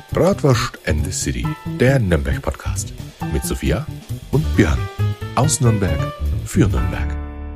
Bratwurst and the City, der Nürnberg-Podcast. Mit Sophia und Björn. Aus Nürnberg für Nürnberg.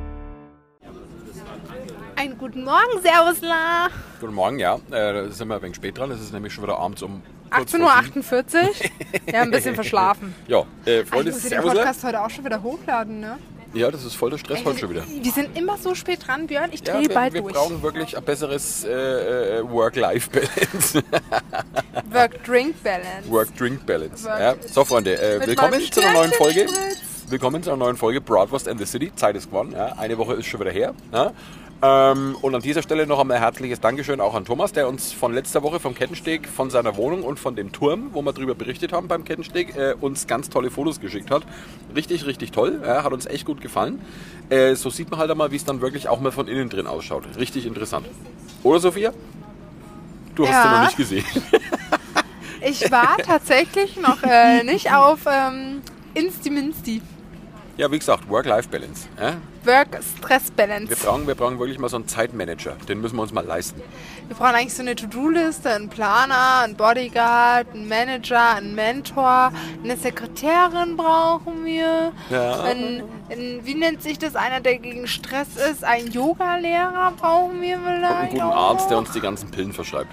Einen guten Morgen, Servusla. Guten Morgen, ja. Da sind wir ein wenig spät dran. Es ist nämlich schon wieder abends um 18:48 Uhr. Wir haben ein bisschen verschlafen. Ja, Freunde, ich muss den Podcast heute auch schon wieder hochladen, ne? Ja, das ist voll der Stress heute schon wieder. Wir sind immer so spät dran, Björn. Ich drehe bald durch. Wir brauchen wirklich ein besseres Work-Life-Balance. Work-Drink-Balance. Work-Drink-Balance. Ja. So, Freunde, willkommen zu einer neuen Folge. Willkommen zu einer neuen Folge Bratwurst and the City. Zeit ist geworden. Ja. Eine Woche ist schon wieder her. Ja. Und an dieser Stelle noch einmal ein herzliches Dankeschön auch an Thomas, der uns von letzter Woche vom Kettensteg, von seiner Wohnung und von dem Turm, wo wir darüber berichtet haben beim Kettensteg, uns ganz tolle Fotos geschickt hat. Richtig, richtig toll. Hat uns echt gut gefallen. So sieht man halt einmal, wie es dann wirklich auch mal von innen drin ausschaut. Richtig interessant. Oder, Sophia? Du hast sie noch nicht gesehen. Ich war tatsächlich noch nicht auf Insti-Minsti. Ja, wie gesagt, Work-Life-Balance. Work-Stress-Balance. Wir brauchen wirklich mal so einen Zeitmanager. Den müssen wir uns mal leisten. Wir brauchen eigentlich so eine To-Do-Liste, einen Planer, einen Bodyguard, einen Manager, einen Mentor, eine Sekretärin brauchen wir. Ja. Wie nennt sich das? Einer, der gegen Stress ist. Ein Yoga-Lehrer brauchen wir vielleicht. Und einen guten Arzt, der uns die ganzen Pillen verschreibt.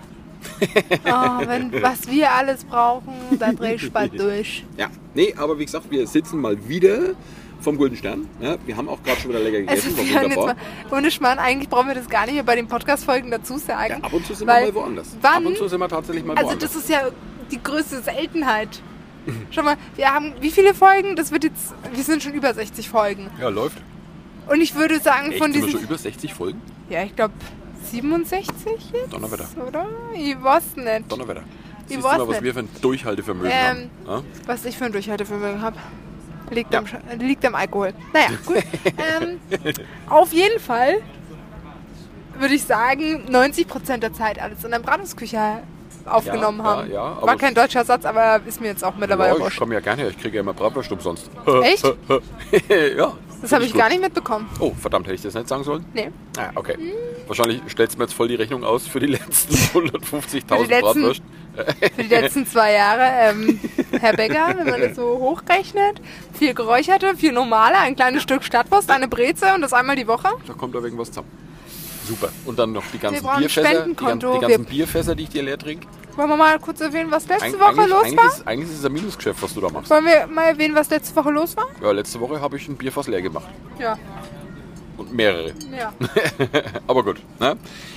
Was wir alles brauchen, da dreh ich bald durch. Ja, nee, aber wie gesagt, wir sitzen mal wieder vom Golden Stern. Ja, wir haben auch gerade schon wieder lecker gegessen. War wunderbar. Ohne Schmarrn, eigentlich brauchen wir das gar nicht mehr bei den Podcast-Folgen dazu sagen. Ja, ab und zu sind wir mal woanders. Ab und zu sind wir tatsächlich mal woanders. Also das ist ja die größte Seltenheit. Schau mal, wir haben wie viele Folgen? Wir sind schon über 60 Folgen. Ja, läuft. Und ich würde sagen, von diesen... Sind wir schon über 60 Folgen? Ja, ich glaube 67 jetzt, Donnerwetter. Oder? Ich weiß nicht. Donnerwetter. Siehst du mal, was wir für ein Durchhaltevermögen haben. Ja? Was ich für ein Durchhaltevermögen habe. Liegt am Alkohol. Naja, gut. Auf jeden Fall würde ich sagen, 90% der Zeit alles in der Bratwurstküche aufgenommen haben. Ja, war kein deutscher Satz, aber ist mir jetzt auch mittlerweile wurscht. Ich komme ja gerne her, ich kriege ja immer Bratwurst umsonst. Echt? Ja. Das habe ich gar nicht mitbekommen. Oh, verdammt, hätte ich das nicht sagen sollen? Nee. Ah, okay. Wahrscheinlich stellst du mir jetzt voll die Rechnung aus für die letzten 150.000 Bratwurst. Für die letzten 2 Jahre, Herr Becker, wenn man das so hochrechnet. 4 geräucherte, 4 normale, ein kleines Stück Stadtwurst, eine Breze und das einmal die Woche. Da kommt da irgendwas zusammen. Super. Und dann noch die ganzen Bierfässer, die ich dir leer trinke. Wollen wir mal kurz erwähnen, was letzte Woche los war? Eigentlich ist es ein Minusgeschäft, was du da machst. Wollen wir mal erwähnen, was letzte Woche los war? Ja, letzte Woche habe ich ein Bierfass leer gemacht. Ja. Und mehrere. Ja. Aber gut. Ne?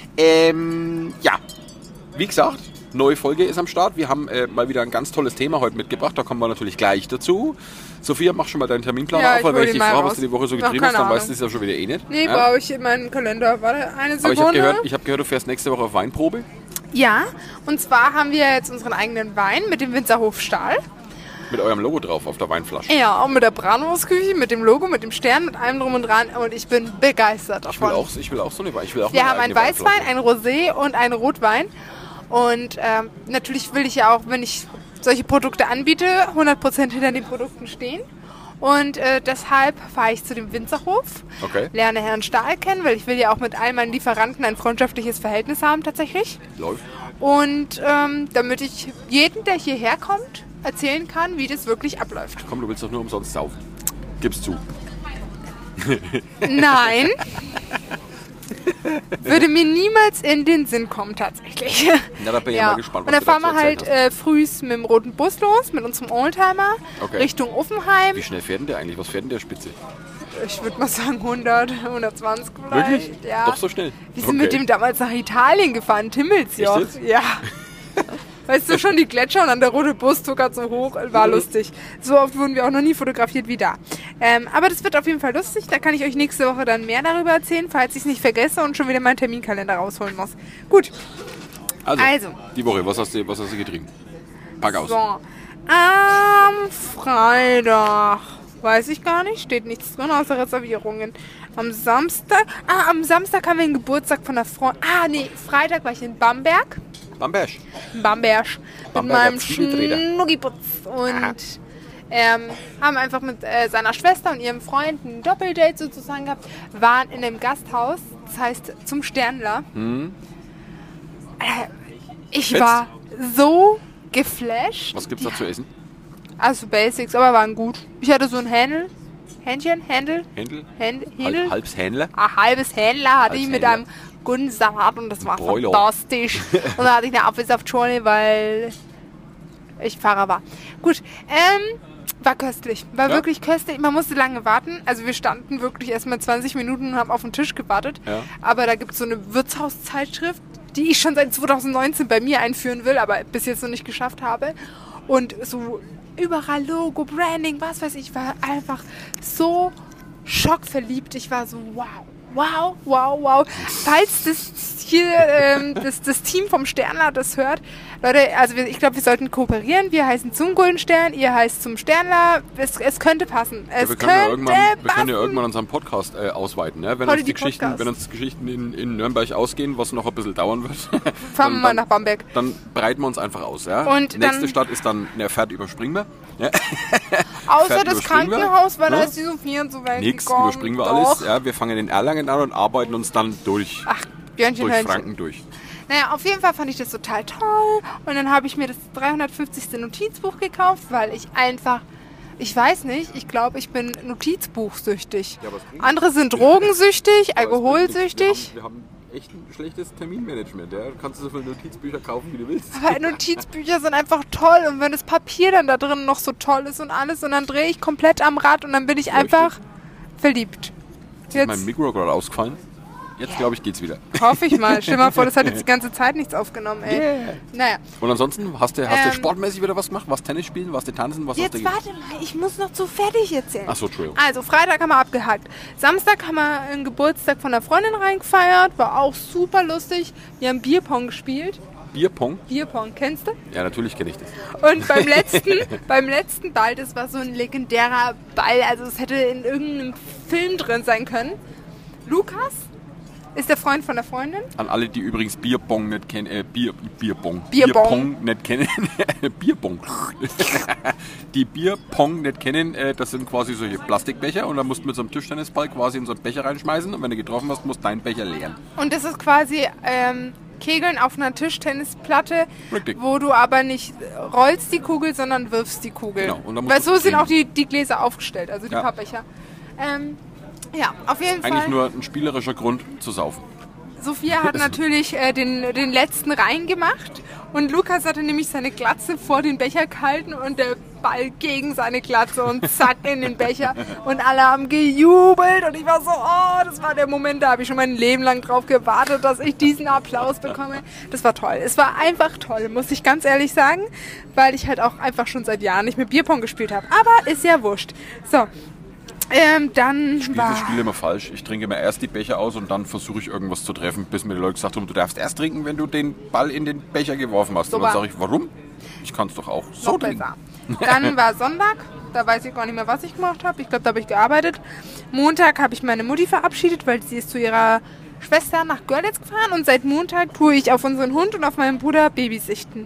Ja, wie gesagt, neue Folge ist am Start. Wir haben mal wieder ein ganz tolles Thema heute mitgebracht. Da kommen wir natürlich gleich dazu. Sophia, mach schon mal deinen Terminplaner auf, weil wenn ich dich frage, was du die Woche so getrieben hast, dann weißt du es ja schon wieder eh nicht. Nee, brauche ich in meinem Kalender. Warte, eine Sekunde. Aber ich hab gehört, du fährst nächste Woche auf Weinprobe. Ja, und zwar haben wir jetzt unseren eigenen Wein mit dem Winzerhof Stahl. Mit eurem Logo drauf auf der Weinflasche. Ja, auch mit der Bratwurstküche, mit dem Logo, mit dem Stern, mit allem drum und dran. Und ich bin begeistert davon. Ich will auch so eine Wein. Wir haben einen Weißwein, einen Rosé und einen Rotwein. Und natürlich will ich ja auch, wenn ich solche Produkte anbiete, 100% hinter den Produkten stehen. Und deshalb fahre ich zu dem Winzerhof, lerne Herrn Stahl kennen, weil ich will ja auch mit all meinen Lieferanten ein freundschaftliches Verhältnis haben tatsächlich. Läuft. Und damit ich jeden, der hierher kommt, erzählen kann, wie das wirklich abläuft. Komm, du willst doch nur umsonst saufen. Gib's zu. Nein. Würde mir niemals in den Sinn kommen, tatsächlich. Na, da bin ich mal gespannt, was du dazu erzählt hast. Und dann fahren wir halt frühs mit dem roten Bus los, mit unserem Oldtimer, Richtung Offenheim. Wie schnell fährt denn der eigentlich? Was fährt denn der Spitze? Ich würde mal sagen 100, 120 vielleicht. Wirklich? Ja. Doch so schnell? Wir sind mit dem damals nach Italien gefahren, Timmelsjoch. Ja. Weißt du schon, die Gletscher und dann der rote Bus tuckert so hoch, war lustig. So oft wurden wir auch noch nie fotografiert wie da. Aber das wird auf jeden Fall lustig, da kann ich euch nächste Woche dann mehr darüber erzählen, falls ich es nicht vergesse und schon wieder meinen Terminkalender rausholen muss. Gut. Also. Die Woche, was hast du getrunken? Pack aus. So. Am Freitag, weiß ich gar nicht, steht nichts drin außer Reservierungen. Am Samstag haben wir einen Geburtstag von einer Freundin. Freitag war ich in Bamberg. Bamberg. Mit meinem Schnuckiputz. Und haben einfach mit seiner Schwester und ihrem Freund ein Doppeldate sozusagen gehabt. Waren in einem Gasthaus, das heißt zum Sternler. Ich war so geflasht. Was gibt's da zu essen? Also Basics, aber waren gut. Ich hatte so ein Händel. Händel? Halbes Händler? Ein halbes Händler hatte ich mit einem guten Salat und das war fantastisch. Und da hatte ich eine Apfelsaftschorle, weil ich Fahrer war. Gut, war köstlich. War wirklich köstlich. Man musste lange warten. Also wir standen wirklich erstmal 20 Minuten und haben auf den Tisch gewartet. Ja. Aber da gibt es so eine Wirtshauszeitschrift, die ich schon seit 2019 bei mir einführen will, aber bis jetzt noch nicht geschafft habe. Und so überall Logo, Branding, was weiß ich, war einfach so schockverliebt. Ich war so, wow. Falls das hier das Team vom Sternler das hört, Leute, also ich glaube, wir sollten kooperieren. Wir heißen zum Golden Stern, ihr heißt zum Sternler. Es könnte passen. Wir können ja irgendwann unseren Podcast ausweiten. Ne? Wenn uns Geschichten in Nürnberg ausgehen, was noch ein bisschen dauern wird, fahren wir mal nach Bamberg. Dann breiten wir uns einfach aus. Ja? Und nächste Stadt ist dann, Pferd überspringen wir. Ja. Außer das Krankenhaus, weil da ist die Sophie und so weit Nix, überspringen wir alles. Ja, wir fangen in Erlangen an und arbeiten uns dann durch Franken durch. Naja, auf jeden Fall fand ich das total toll. Und dann habe ich mir das 350. Notizbuch gekauft, weil ich weiß nicht, ich glaube, ich bin notizbuchsüchtig. Ja, andere sind drogensüchtig, alkoholsüchtig. Wir haben echt ein schlechtes Terminmanagement. Ja? Du kannst so viele Notizbücher kaufen, wie du willst. Aber Notizbücher sind einfach toll. Und wenn das Papier dann da drin noch so toll ist und alles, und dann drehe ich komplett am Rad und dann bin ich einfach verliebt. Jetzt ist mein Mikro gerade ausgefallen. Jetzt, glaube ich, geht's wieder. Hoffe ich mal. Stell dir mal vor, das hat jetzt die ganze Zeit nichts aufgenommen, ey. Yeah. Naja. Und ansonsten, hast du sportmäßig wieder was gemacht? Was Tennis spielen? Was tanzen? Was jetzt warte mal, ich muss noch zu fertig erzählen. Achso, Entschuldigung. Also, Freitag haben wir abgehakt. Samstag haben wir einen Geburtstag von einer Freundin reingefeiert. War auch super lustig. Wir haben Bierpong gespielt. Bierpong? Bierpong, kennst du? Ja, natürlich kenne ich das. Und beim letzten Ball, das war so ein legendärer Ball. Also, es hätte in irgendeinem Film drin sein können. Lukas ist der Freund von der Freundin. An alle, die übrigens Bierpong nicht kennen, Bierpong nicht kennen, Bierpong. Die Bierpong nicht kennen, das sind quasi solche Plastikbecher und da musst du mit so einem Tischtennisball quasi in so einen Becher reinschmeißen und wenn du getroffen hast, musst du deinen Becher leeren. Und das ist quasi Kegeln auf einer Tischtennisplatte, richtig, wo du aber nicht rollst die Kugel, sondern wirfst die Kugel. Genau. Und weil so sind auch die Gläser aufgestellt, also die Pappbecher. Ja, auf jeden Fall. Eigentlich nur ein spielerischer Grund zu saufen. Sophia hat natürlich den letzten reingemacht und Lukas hatte nämlich seine Glatze vor den Becher gehalten und der Ball gegen seine Glatze und zack in den Becher und alle haben gejubelt und ich war so, das war der Moment, da habe ich schon mein Leben lang drauf gewartet, dass ich diesen Applaus bekomme. Das war toll. Es war einfach toll, muss ich ganz ehrlich sagen, weil ich halt auch einfach schon seit Jahren nicht mehr Bierpong gespielt habe. Aber ist ja wurscht. So. Dann ich spiele das Spiel immer falsch. Ich trinke immer erst die Becher aus und dann versuche ich irgendwas zu treffen, bis mir die Leute gesagt haben, du darfst erst trinken, wenn du den Ball in den Becher geworfen hast. So, und dann sage ich, warum? Ich kann es doch auch so trinken. Dann war Sonntag, da weiß ich gar nicht mehr, was ich gemacht habe. Ich glaube, da habe ich gearbeitet. Montag habe ich meine Mutti verabschiedet, weil sie ist zu ihrer Schwester nach Görlitz gefahren und seit Montag tue ich auf unseren Hund und auf meinen Bruder Babysitten.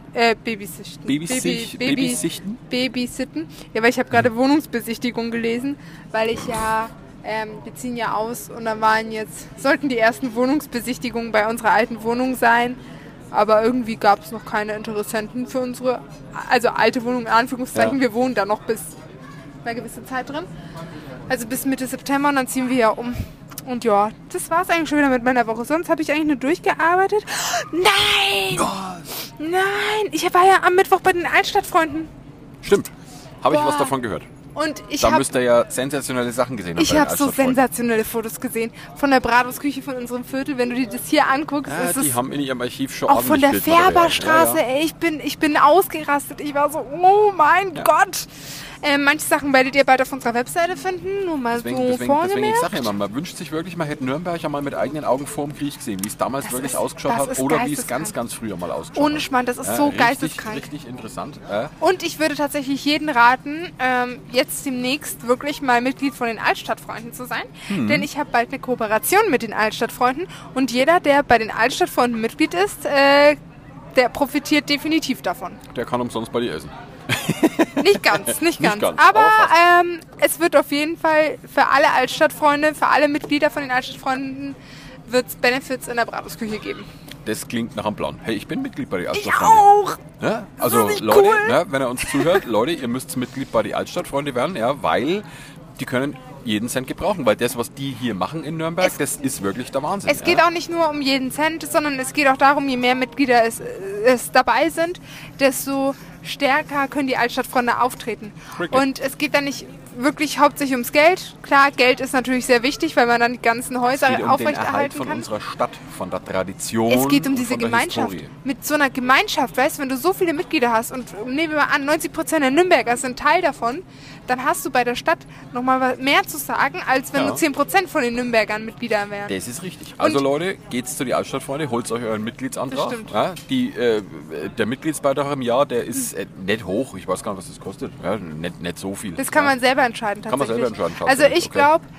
Ja, weil ich habe gerade Wohnungsbesichtigung gelesen, weil ich ja, wir ziehen ja aus und dann sollten die ersten Wohnungsbesichtigungen bei unserer alten Wohnung sein, aber irgendwie gab es noch keine Interessenten für unsere, also alte Wohnung in Anführungszeichen, wir wohnen da noch bis eine gewisse Zeit drin, also bis Mitte September und dann ziehen wir ja um. Und ja, das war's eigentlich schon wieder mit meiner Woche. Sonst habe ich eigentlich nur durchgearbeitet. Nein! Nein! Ich war ja am Mittwoch bei den Altstadtfreunden. Stimmt. Habe ich was davon gehört. Und da müsst ihr ja sensationelle Sachen gesehen haben. Ich habe so sensationelle Fotos gesehen. Von der Bratwurstküche von unserem Viertel. Wenn du dir das hier anguckst. Ja, die haben in ihrem Archiv schon auch von der Färberstraße. Ey, ich bin ausgerastet. Ich war so, oh mein Gott. Manche Sachen werdet ihr bald auf unserer Webseite finden, nur mal deswegen ich sage ja immer, man wünscht sich wirklich, man hätte Nürnberg ja mal mit eigenen Augen vor dem Krieg gesehen, wie es damals wirklich ausgeschaut hat oder wie es ganz, ganz früher mal ausgeschaut hat. Ohne Schmarrn, das ist so geisteskrank. Richtig interessant. Und ich würde tatsächlich jeden raten, jetzt demnächst wirklich mal Mitglied von den Altstadtfreunden zu sein, denn ich habe bald eine Kooperation mit den Altstadtfreunden und jeder, der bei den Altstadtfreunden Mitglied ist, der profitiert definitiv davon. Der kann umsonst bei dir essen. Nicht ganz. Aber es wird auf jeden Fall für alle Altstadtfreunde, für alle Mitglieder von den Altstadtfreunden wird es Benefits in der Bratwurstküche geben. das klingt nach einem Plan. Hey, ich bin Mitglied bei die Ich Altstadtfreunde. auch! Ja? Also Das ist Leute, cool. ne, wenn ihr uns zuhört, Leute, ihr müsst Mitglied bei die Altstadtfreunde werden, ja, weil die können jeden Cent gebrauchen, weil das, was die hier machen in Nürnberg, das ist wirklich der Wahnsinn. Es geht auch nicht nur um jeden Cent, sondern es geht auch darum, je mehr Mitglieder es dabei sind, desto stärker können die Altstadtfreunde auftreten. Richtig. Und es geht dann nicht wirklich hauptsächlich ums Geld. Klar, Geld ist natürlich sehr wichtig, weil man dann die ganzen Häuser Es geht um den Erhalt aufrechterhalten von kann. unserer Stadt, von der Tradition. Es geht um und diese von der Gemeinschaft. Historie. Mit so einer Gemeinschaft, weißt du, wenn du so viele Mitglieder hast und nehmen wir mal an, 90% der Nürnberger sind Teil davon, dann hast du bei der Stadt nochmal mehr zu sagen, als wenn Ja. nur 10% von den Nürnbergern Mitglieder wären. Das ist richtig. Also Und- Leute, geht's zu die Altstadtfreunde, holt euch euren Mitgliedsantrag. Das stimmt. Ja, der Mitgliedsbeitrag im Jahr, der ist nicht hoch. Ich weiß gar nicht, was das kostet. Ja, nicht so viel. Das kann ja. man selber entscheiden Kann man tatsächlich. selber entscheiden, Also tatsächlich, ich okay. glaube,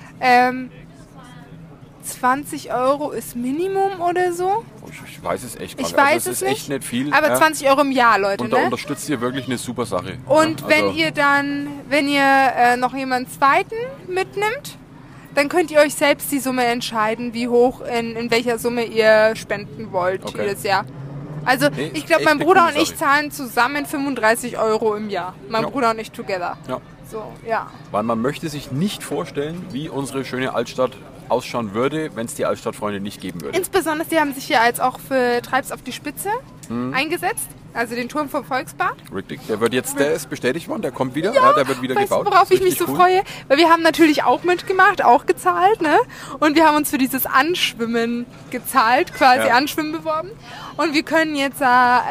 20 Euro ist Minimum oder so. Ich weiß es echt gar Ich nicht. weiß Also es es ist echt nicht viel. Aber ja. 20 Euro im Jahr, Leute, Und da ne? unterstützt ihr wirklich eine super Sache. Und ja, wenn ihr noch jemanden zweiten mitnimmt, dann könnt ihr euch selbst die Summe entscheiden, wie hoch, in welcher Summe ihr spenden wollt Okay. jedes Jahr. Also Nee, ich glaube, echt mein eine Bruder coole und ich Sache. zahlen zusammen 35 Euro im Jahr. Mein Ja. Bruder und ich together. Ja. So, ja. Weil man möchte sich nicht vorstellen, wie unsere schöne Altstadt ausschauen würde, wenn es die Altstadtfreunde nicht geben würde. Insbesondere, die haben sich hier als auch für Treib's auf die Spitze Mhm. eingesetzt. Also den Turm vom Volksbad. Richtig. Der ist bestätigt worden, der kommt wieder. Ja, der wird wieder Weißt du, gebaut. worauf ich mich Richtig so cool. freue? Weil wir haben natürlich auch mitgemacht, auch gezahlt, ne? Und wir haben uns für dieses Anschwimmen gezahlt, quasi Ja. Anschwimmen beworben. Und wir können jetzt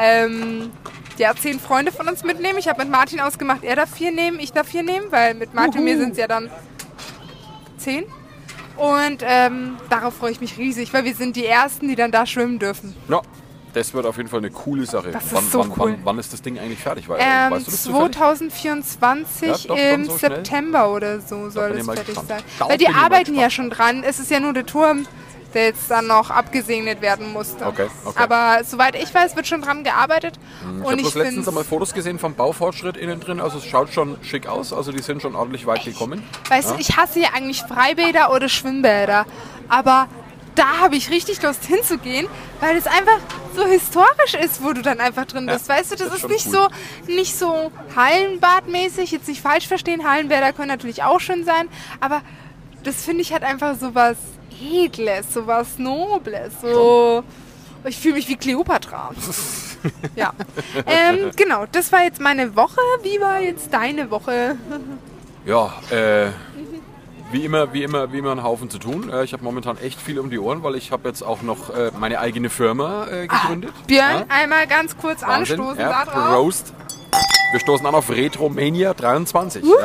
10 Freunde von uns mitnehmen. Ich habe mit Martin ausgemacht, er darf 4 nehmen, ich darf 4 nehmen, weil mit Martin und mir sind es ja dann 10. Und darauf freue ich mich riesig, weil wir sind die Ersten, die dann da schwimmen dürfen. Ja, das wird auf jeden Fall eine coole Sache. Das ist so cool. Wann ist das Ding eigentlich fertig? Weißt du das zufällig? 2024 Ja, doch, schon im so schnell? September oder so soll bin ich es mal fertig gespannt. sein. Darauf Weil die bin ich mal arbeiten ja gespannt. schon dran. Es ist ja nur der Turm, der jetzt dann noch abgesegnet werden musste. Okay. Aber soweit ich weiß, wird schon dran gearbeitet. Ich Und habe ich bloß letztens finde, einmal Fotos gesehen vom Baufortschritt innen drin. Also es schaut schon schick aus. Also die sind schon ordentlich weit gekommen. weißt du, ich hasse ja eigentlich Freibäder oder Schwimmbäder. Aber da habe ich richtig Lust hinzugehen, weil es einfach so historisch ist, wo du dann einfach drin bist. Weißt du, das ist schon nicht, cool. nicht so Hallenbadmäßig, jetzt nicht falsch verstehen. Hallenbäder können natürlich auch schön sein, aber das finde ich halt einfach so was Edles, so was Nobles. So. Ich fühle mich wie Kleopatra. Ja. Genau, das war jetzt meine Woche. Wie war jetzt deine Woche? Ja, wie immer ein Haufen zu tun. Ich habe momentan echt viel um die Ohren, weil ich habe jetzt auch noch meine eigene Firma gegründet. Björn, Ja? einmal ganz kurz Wahnsinn, anstoßen ja, da drauf. Prost. Wir stoßen an auf Retromania 23. Ja?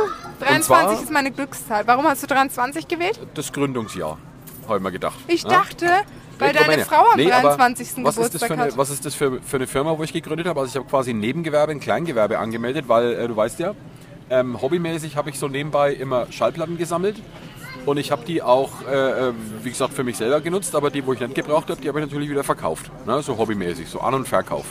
23 zwar- ist meine Glückszahl. Warum hast du 23 gewählt? Das Gründungsjahr, habe ich mir gedacht. Ich Ja? dachte, weil deine Retromania. Frau am Nee, aber 23. was ist das Geburtstag hat. Was ist das für eine Firma, wo ich gegründet habe? Also ich habe quasi ein Nebengewerbe, ein Kleingewerbe angemeldet, weil du weißt ja, hobbymäßig habe ich so nebenbei immer Schallplatten gesammelt. Und ich habe die auch, wie gesagt, für mich selber genutzt, aber die, wo ich nicht gebraucht habe, die habe ich natürlich wieder verkauft. Ne? So hobbymäßig, so An- und Verkauf.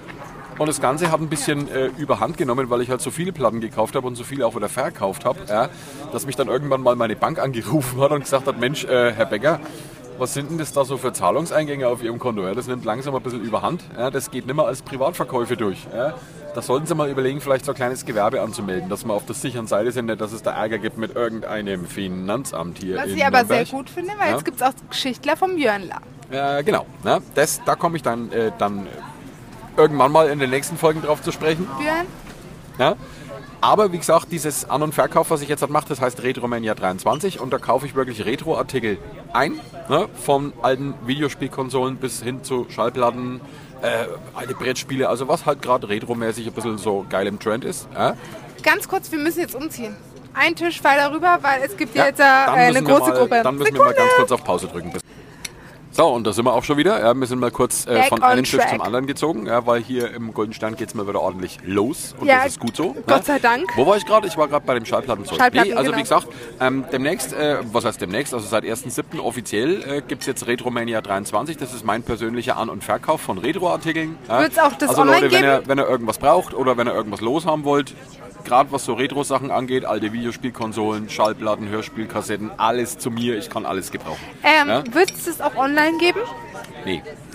Und das Ganze hat ein bisschen überhand genommen, weil ich halt so viele Platten gekauft habe und so viele auch wieder verkauft habe, ja, dass mich dann irgendwann mal meine Bank angerufen hat und gesagt hat, Mensch, Herr Becker, was sind denn das da so für Zahlungseingänge auf Ihrem Konto? Ja, das nimmt langsam ein bisschen überhand. Ja, das geht nicht mehr als Privatverkäufe durch. Ja. Da sollten Sie mal überlegen, vielleicht so ein kleines Gewerbe anzumelden, dass wir auf der sicheren Seite sind, nicht, dass es da Ärger gibt mit irgendeinem Finanzamt hier Was in ich aber sehr Nürnberg. gut finde, weil Ja. jetzt gibt es auch Geschichtler vom Björnla. Genau, ne? Da komme ich dann irgendwann mal in den nächsten Folgen drauf zu sprechen. Björn? Ja? Aber wie gesagt, dieses An- und Verkauf, was ich jetzt halt mache, das heißt Retromania 23 und da kaufe ich wirklich Retro-Artikel ein, ne? Von alten Videospielkonsolen bis hin zu Schallplatten, alte Brettspiele, also was halt gerade retromäßig ein bisschen so geil im Trend ist. Ja? Ganz kurz, wir müssen jetzt umziehen. Ein Tisch weiter rüber, weil es gibt Ja, jetzt dann eine müssen wir große mal, Gruppe. Dann müssen wir mal ganz kurz auf Pause drücken. So, und da sind wir auch schon wieder. Ja, wir sind mal kurz Back von on einem Tisch track. zum anderen gezogen, ja, weil hier im Golden Stern geht es mal wieder ordentlich los. Und Ja, das ist gut so. Gott sei Dank. Wo war ich gerade? Ich war gerade bei dem Schallplattenzeug. Schallplatten, Also genau. wie gesagt, demnächst, was heißt demnächst? Also seit 1.7. offiziell gibt es jetzt Retromania 23. Das ist mein persönlicher An- und Verkauf von Retro-Artikeln. Ja. Wird's auch das also online Leute, geben? wenn ihr irgendwas braucht oder wenn ihr irgendwas loshaben wollt, gerade was so Retro-Sachen angeht, alte Videospielkonsolen, Schallplatten, Hörspielkassetten, alles zu mir, ich kann alles gebrauchen. Ja? Wird es das auch online geben? Nee.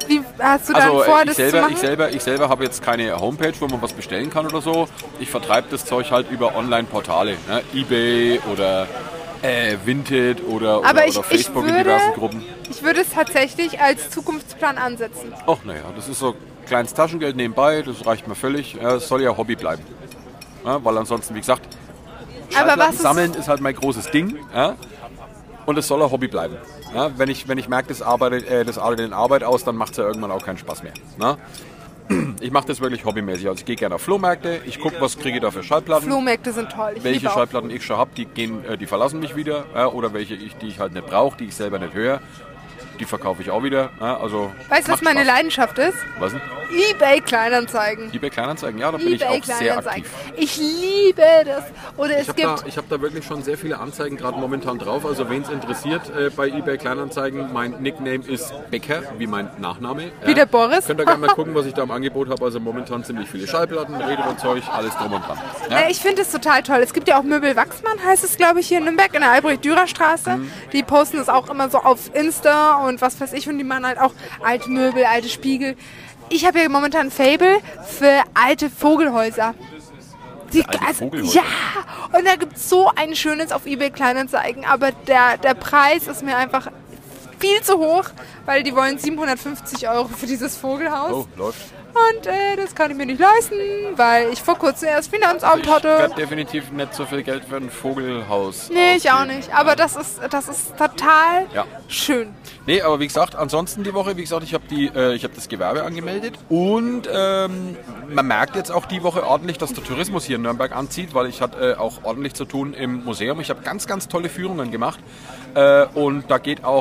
Wie hast du dann vor, das zu machen? Ich selber habe jetzt keine Homepage, wo man was bestellen kann oder so. Ich vertreibe das Zeug halt über Online-Portale, ne? eBay oder Vinted oder Facebook in diversen Gruppen. Ich würde es tatsächlich als Zukunftsplan ansetzen. Ach naja, das ist so kleines Taschengeld nebenbei, das reicht mir völlig. Es soll ja Hobby bleiben. Ja, weil ansonsten, wie gesagt, Schallplatten sammeln ist halt mein großes Ding. Ja? Und es soll ein Hobby bleiben. Ja? Wenn ich merke, das artet in Arbeit aus, dann macht es ja irgendwann auch keinen Spaß mehr. Ne? Ich mache das wirklich hobbymäßig. Also ich gehe gerne auf Flohmärkte, ich gucke, was kriege ich da für Schallplatten. Flohmärkte sind toll. Welche Schallplatten ich schon habe, die verlassen mich wieder. Ja? Oder welche die ich halt nicht brauche, die ich selber nicht höre. Die verkaufe ich auch wieder. Ja, also weißt du, was meine Leidenschaft ist? Was denn? eBay Kleinanzeigen. eBay Kleinanzeigen, ja, da bin ich auch sehr aktiv. Ich liebe das. Oder ich habe da wirklich schon sehr viele Anzeigen gerade momentan drauf. Also wen es interessiert, bei eBay Kleinanzeigen, mein Nickname ist Becker, wie mein Nachname. Wie der Boris. Könnt ihr gerne mal gucken, was ich da im Angebot habe. Also momentan ziemlich viele Schallplatten, Redezeug, alles drum und dran. Ja? Ich finde es total toll. Es gibt ja auch Möbel Wachsmann, heißt es, glaube ich, hier in Nürnberg, in der Albrecht-Dürer-Straße. Die posten das auch immer so auf Insta und was weiß ich. Und die machen halt auch alte Möbel, alte Spiegel. Ich habe ja momentan ein Faible für alte Vogelhäuser. Vogelhäuser? Ja, und da gibt es so ein schönes auf eBay Kleinanzeigen, aber der Preis ist mir einfach viel zu hoch, weil die wollen 750 € für dieses Vogelhaus. Oh, läuft. Und das kann ich mir nicht leisten, weil ich vor kurzem erst Finanzamt hatte. Ich werde definitiv nicht so viel Geld für ein Vogelhaus Nee, ich auch nicht. Aber das ist total schön. Nee, aber wie gesagt, ansonsten die Woche, ich habe das Gewerbe angemeldet. Und man merkt jetzt auch die Woche ordentlich, dass der Tourismus hier in Nürnberg anzieht, weil ich hatte auch ordentlich zu tun im Museum. Ich habe ganz, ganz tolle Führungen gemacht. Und da geht auch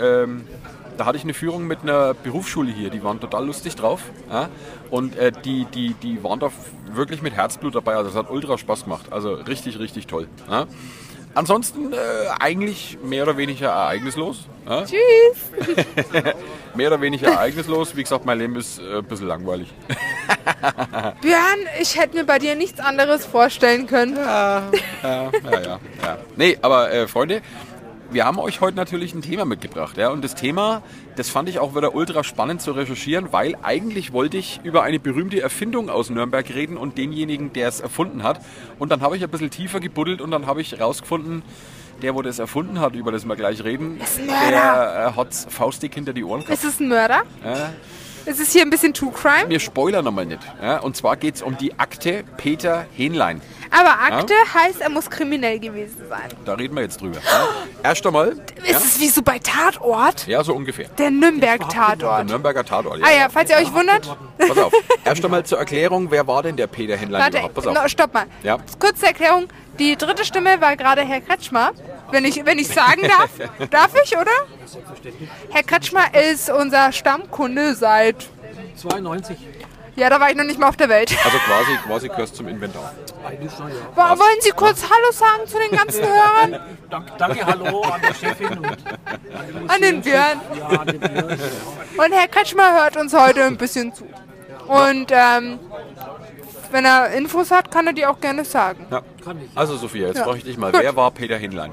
da hatte ich eine Führung mit einer Berufsschule hier, die waren total lustig drauf. Ja? Und die waren da wirklich mit Herzblut dabei, also es hat ultra Spaß gemacht. Also richtig, richtig toll. Ja? Ansonsten eigentlich mehr oder weniger ereignislos. Ja? Tschüss! Mehr oder weniger ereignislos. Wie gesagt, mein Leben ist ein bisschen langweilig. Björn, ich hätte mir bei dir nichts anderes vorstellen können. Ja. Nee, aber Freunde, wir haben euch heute natürlich ein Thema mitgebracht. Ja? Und das Thema, das fand ich auch wieder ultra spannend zu recherchieren, weil eigentlich wollte ich über eine berühmte Erfindung aus Nürnberg reden und denjenigen, der es erfunden hat. Und dann habe ich ein bisschen tiefer gebuddelt und dann habe ich rausgefunden, der, wo das erfunden hat, über das wir gleich reden, der hat faustdick hinter die Ohren gehabt. Ist es ein Mörder? Ja. Ist es hier ein bisschen True Crime? Wir spoilern nochmal nicht. Ja? Und zwar geht es um die Akte Peter Hähnlein. Aber Akte heißt, er muss kriminell gewesen sein. Da reden wir jetzt drüber. Ja? Erst einmal. Ist es wie so bei Tatort? Ja, so ungefähr. Der Nürnberg-Tatort. Der Nürnberger Tatort, ja. Ja, falls ihr euch wundert. Pass auf. Erst einmal zur Erklärung, wer war denn der Peter Hähnlein überhaupt? Pass auf. Stopp mal. Ja? Kurze Erklärung. Die dritte Stimme war gerade Herr Kretschmer. Wenn ich sagen darf. Darf ich, oder? Herr Kretschmer ist unser Stammkunde seit 92. Ja, da war ich noch nicht mal auf der Welt. Also quasi gehörst zum Inventar. Eigentlich schon, ja. Wollen Sie kurz Hallo sagen zu den ganzen Hörern? Danke, hallo an der Chefin und an den Björn. Ja, an den Björn. Und Herr Kretschmer hört uns heute ein bisschen zu. Und wenn er Infos hat, kann er die auch gerne sagen. Ja. Kann ich. Also Sophia, jetzt frage ich dich mal, wer war Peter Hähnlein?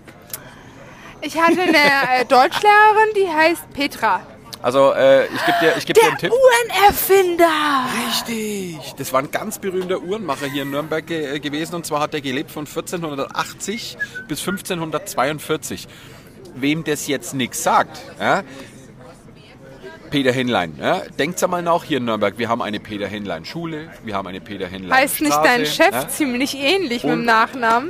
Ich hatte eine Deutschlehrerin, die heißt Petra. Also ich geb dir einen Tipp. Der Uhrenerfinder! Richtig! Das war ein ganz berühmter Uhrenmacher hier in Nürnberg gewesen. Und zwar hat er gelebt von 1480 bis 1542. Wem das jetzt nichts sagt, ja? Peter Hähnlein, ja? Denkt's einmal nach hier in Nürnberg. Wir haben eine Peter Hähnlein Schule, wir haben eine Peter Hähnlein Heißt nicht Straße, dein Chef ja? ziemlich ähnlich mit dem Nachnamen?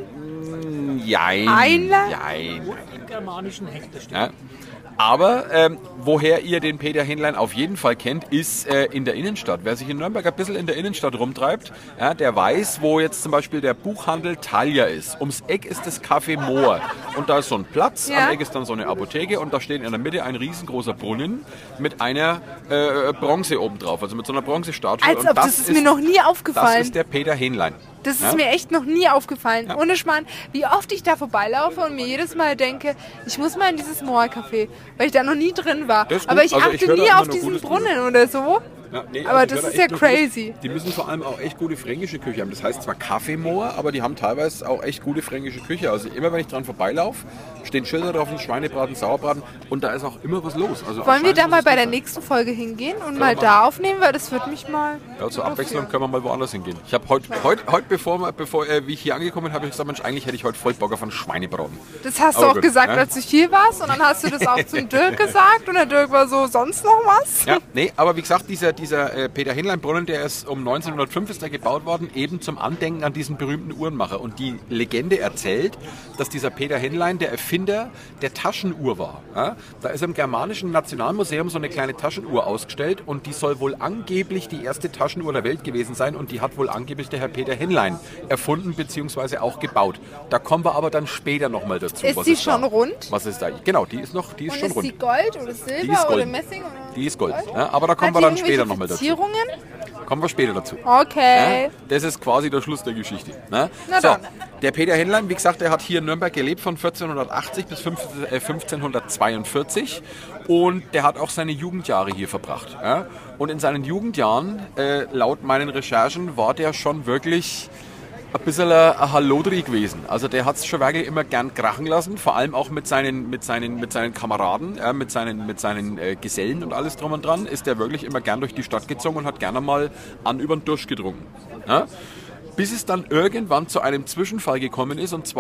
Jein. Germanischen Hechte steht. Ja. Aber woher ihr den Peter Hähnlein auf jeden Fall kennt, ist in der Innenstadt. Wer sich in Nürnberg ein bisschen in der Innenstadt rumtreibt, ja, der weiß, wo jetzt zum Beispiel der Buchhandel Thalia ist. Ums Eck ist das Café Moor. Und da ist so ein Platz, am Eck ist dann so eine Apotheke und da steht in der Mitte ein riesengroßer Brunnen mit einer Bronze oben drauf, also mit so einer Bronzestatue. Als ob, das ist mir noch nie aufgefallen. Das ist der Peter Hähnlein. Das ist mir echt noch nie aufgefallen. Ja. Ohne Schmarrn, wie oft ich da vorbeilaufe und mir jedes Mal denke, ich muss mal in dieses Moor-Café, weil ich da noch nie drin war. Aber ich achte nie auf diesen Brunnen oder so. Ja, nee, Aber also das ich ist höre ja echt crazy. Die müssen vor allem auch echt gute fränkische Küche haben. Das heißt zwar Kaffeemoor, aber die haben teilweise auch echt gute fränkische Küche. Also immer wenn ich dran vorbeilaufe, stehen Schilder drauf, Schweinebraten, Sauerbraten und da ist auch immer was los. Also Wollen wir da anscheinend mal muss es bei gut der sein. nächsten Folge hingehen und wir mal machen. da aufnehmen, weil das würde mich mal... Ja, zur Abwechslung können wir mal woanders hingehen. Ich habe heute, wie ich hier angekommen bin, habe ich gesagt, Mensch, eigentlich hätte ich heute voll Bock auf einen Schweinebraten. Das hast du Aber auch gut, gesagt, ja. als du hier warst und dann hast du das auch zum Dirk gesagt und der Dirk war so, sonst noch was? Ja, nee, aber wie gesagt, dieser Peter Henlein-Brunnen, der ist um 1905 ist der gebaut worden, eben zum Andenken an diesen berühmten Uhrenmacher. Und die Legende erzählt, dass dieser Peter Henlein der Erfinder der Taschenuhr war. Ja? Da ist im Germanischen Nationalmuseum so eine kleine Taschenuhr ausgestellt und die soll wohl angeblich die erste Taschenuhr der Welt gewesen sein und die hat wohl angeblich der Herr Peter Henlein erfunden bzw. auch gebaut. Da kommen wir aber dann später nochmal dazu. Ist die schon rund? Was ist da? Genau, die ist schon Und ist rund. die Gold oder Silber Die ist oder golden. Messing? Oder Die ist Gold. Ja, aber da kommen wir Hat die dann später irgendwelche nochmal dazu. Verzierungen? Kommen wir später dazu. Okay. Ja, das ist quasi der Schluss der Geschichte. Ne? Na So, dann. der Peter Henlein, wie gesagt, der hat hier in Nürnberg gelebt von 1480 bis 1542 und der hat auch seine Jugendjahre hier verbracht. Ja? Und in seinen Jugendjahren, laut meinen Recherchen, war der schon wirklich ein bisschen ein Hallodri gewesen. Also der hat es schon wirklich immer gern krachen lassen, vor allem auch mit seinen Kameraden, mit seinen Gesellen und alles drum und dran, ist der wirklich immer gern durch die Stadt gezogen und hat gerne mal an über den Durst getrunken. Ja? Bis es dann irgendwann zu einem Zwischenfall gekommen ist, und zwar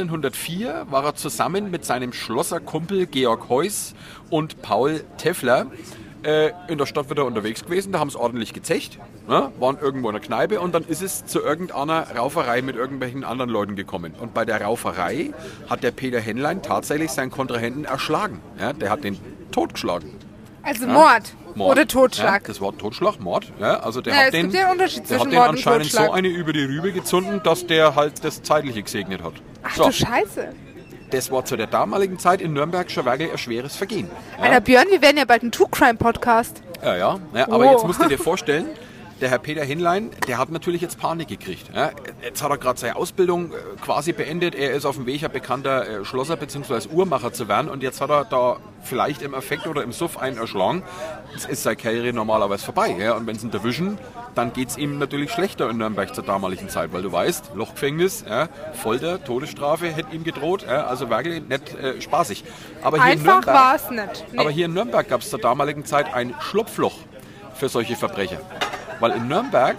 1504 war er zusammen mit seinem Schlosserkumpel Georg Heuss und Paul Teffler in der Stadt wieder unterwegs gewesen, da haben sie ordentlich gezecht, ne? Waren irgendwo in der Kneipe und dann ist es zu irgendeiner Rauferei mit irgendwelchen anderen Leuten gekommen. Und bei der Rauferei hat der Peter Henlein tatsächlich seinen Kontrahenten erschlagen. Ja? Der hat den totgeschlagen. Also Ja? Mord Mord. oder Totschlag. Ja, das Wort Totschlag, Mord. Ja, also der Ja, hat es den, gibt ja einen Unterschied der hat zwischen den Mord und anscheinend Totschlag. so eine über die Rübe gezunden, dass der halt das Zeitliche gesegnet hat. Ach So, du Scheiße. das war zu der damaligen Zeit in Nürnberg schon wirklich ein schweres Vergehen. Ja? Alter Björn, wir werden ja bald ein True-Crime-Podcast. Ja, aber Oh. jetzt musst du dir vorstellen, der Herr Peter Henlein, der hat natürlich jetzt Panik gekriegt. Ja, jetzt hat er gerade seine Ausbildung quasi beendet. Er ist auf dem Weg, ein bekannter Schlosser bzw. Uhrmacher zu werden. Und jetzt hat er da vielleicht im Affekt oder im Suff einen erschlagen. Jetzt ist seine Karriere normalerweise vorbei. Ja? Und wenn sie ihn erwischen, dann geht es ihm natürlich schlechter in Nürnberg zur damaligen Zeit. Weil du weißt, Lochgefängnis, ja, Folter, Todesstrafe hätte ihm gedroht. Ja? Also wirklich nicht spaßig. Aber hier in Einfach Nürnberg- war es nicht. Nee. Aber hier in Nürnberg gab es zur damaligen Zeit ein Schlupfloch für solche Verbrecher. Weil in Nürnberg,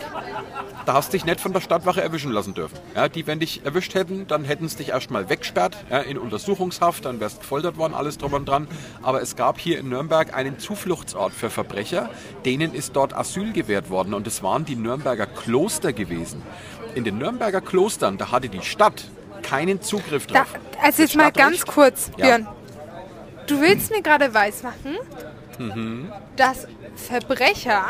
da hast du dich nicht von der Stadtwache erwischen lassen dürfen. Ja, die, wenn dich erwischt hätten, dann hätten sie dich erstmal weggesperrt, ja, in Untersuchungshaft, dann wärst gefoltert worden, alles drum und dran. Aber es gab hier in Nürnberg einen Zufluchtsort für Verbrecher, denen ist dort Asyl gewährt worden. Und es waren die Nürnberger Kloster gewesen. In den Nürnberger Klostern, da hatte die Stadt keinen Zugriff Da, drauf. also jetzt Das mal ganz Stadtrecht- kurz, Ja. Björn. Du willst mir gerade weismachen, Mhm. dass Verbrecher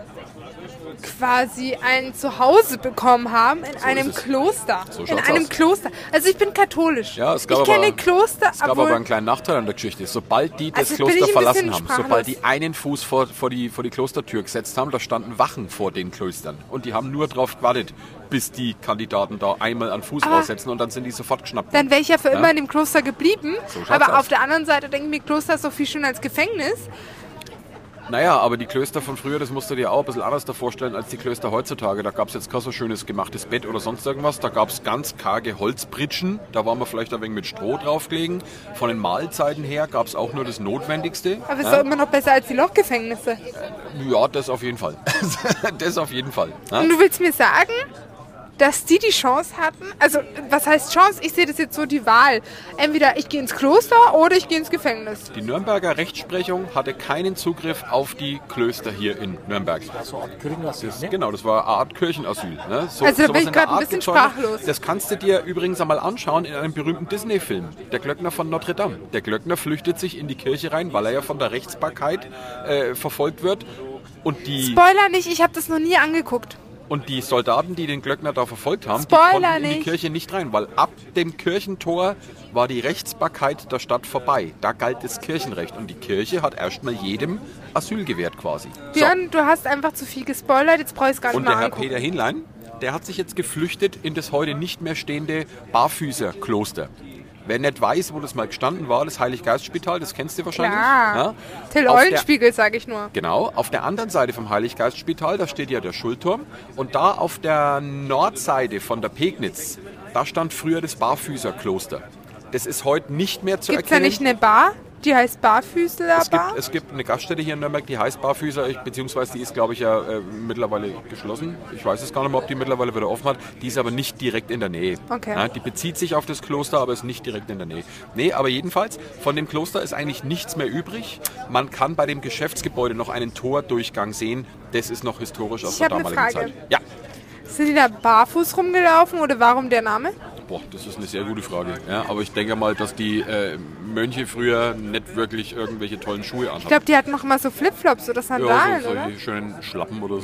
quasi ein Zuhause bekommen haben in einem ist es. Kloster. So In schaut's einem aus. Kloster. Also ich bin katholisch. Ja, es gab ich kenne aber- Kloster, Es gab aber einen kleinen Nachteil an der Geschichte. Sobald die das Also bin ich Kloster ein verlassen bisschen haben, sobald sprachlos. die einen Fuß vor die Klostertür gesetzt haben, da standen Wachen vor den Klöstern. Und die haben nur darauf gewartet, bis die Kandidaten da einmal einen Fuß Aber- raussetzen und dann sind die sofort geschnappt. dann wäre ich ja für Ja. immer in dem Kloster geblieben. So schaut's Aber aus. auf der anderen Seite denke ich mir, Kloster ist so viel schöner als Gefängnis. Naja, aber die Klöster von früher, das musst du dir auch ein bisschen anders da vorstellen als die Klöster heutzutage. Da gab es jetzt kein so schönes gemachtes Bett oder sonst irgendwas. Da gab es ganz karge Holzpritschen. Da waren wir vielleicht ein wenig mit Stroh draufgelegen. Von den Mahlzeiten her gab es auch nur das Notwendigste. Aber es ist Ja. doch immer noch besser als die Lochgefängnisse. Ja, das auf jeden Fall. Das auf jeden Fall. Ja? Und du willst mir sagen, dass die Chance hatten, also was heißt Chance? Ich sehe das jetzt so die Wahl. Entweder ich gehe ins Kloster oder ich gehe ins Gefängnis. Die Nürnberger Rechtsprechung hatte keinen Zugriff auf die Klöster hier in Nürnberg. So eine Art Kirchenasyl, ne? Genau, das war eine Art Kirchenasyl. Ne? So, Also da sowas bin ich in der gerade ein Art bisschen gibt's schon. sprachlos. Das kannst du dir übrigens einmal anschauen in einem berühmten Disney-Film. Der Glöckner von Notre Dame. Der Glöckner flüchtet sich in die Kirche rein, weil er ja von der Rechtsbarkeit verfolgt wird. Und die, Spoiler nicht, ich habe das noch nie angeguckt. und die Soldaten, die den Glöckner da verfolgt haben, die Spoiler konnten in die nicht. Kirche nicht rein, weil ab dem Kirchentor war die Rechtsbarkeit der Stadt vorbei. Da galt das Kirchenrecht und die Kirche hat erstmal jedem Asyl gewährt quasi. So. Björn, du hast einfach zu viel gespoilert, jetzt brauche ich es gar nicht Und mehr der Herr angucken. Peter Henlein, der hat sich jetzt geflüchtet in das heute nicht mehr stehende Barfüßerkloster. Wer nicht weiß, wo das mal gestanden war, das Heiliggeistspital, das kennst du wahrscheinlich. Ja. Till Eulenspiegel, sage ich nur. Genau, auf der anderen Seite vom Heiliggeistspital, da steht ja der Schulturm. Und da auf der Nordseite von der Pegnitz, da stand früher das Barfüßerkloster. Das ist heute nicht mehr zu erkennen. Gibt es da nicht eine Bar? Die heißt Barfüßler-Bar? Es gibt eine Gaststätte hier in Nürnberg, die heißt Barfüßer, beziehungsweise die ist, glaube ich, ja mittlerweile geschlossen. Ich weiß es gar nicht mehr, ob die mittlerweile wieder offen hat. Die ist aber nicht direkt in der Nähe. Okay. Ja, die bezieht sich auf das Kloster, aber ist nicht direkt in der Nähe. Nee, aber jedenfalls, von dem Kloster ist eigentlich nichts mehr übrig. Man kann bei dem Geschäftsgebäude noch einen Tordurchgang sehen. Das ist noch historisch aus der damaligen Zeit. Ja. Sind die da barfuß rumgelaufen oder warum der Name? Boah, das ist eine sehr gute Frage. Ja, aber ich denke mal, dass die Mönche früher nicht wirklich irgendwelche tollen Schuhe anhatten. Ich glaube, die hatten noch mal so Flipflops oder Sandalen, ja, so oder? Solche schönen Schlappen oder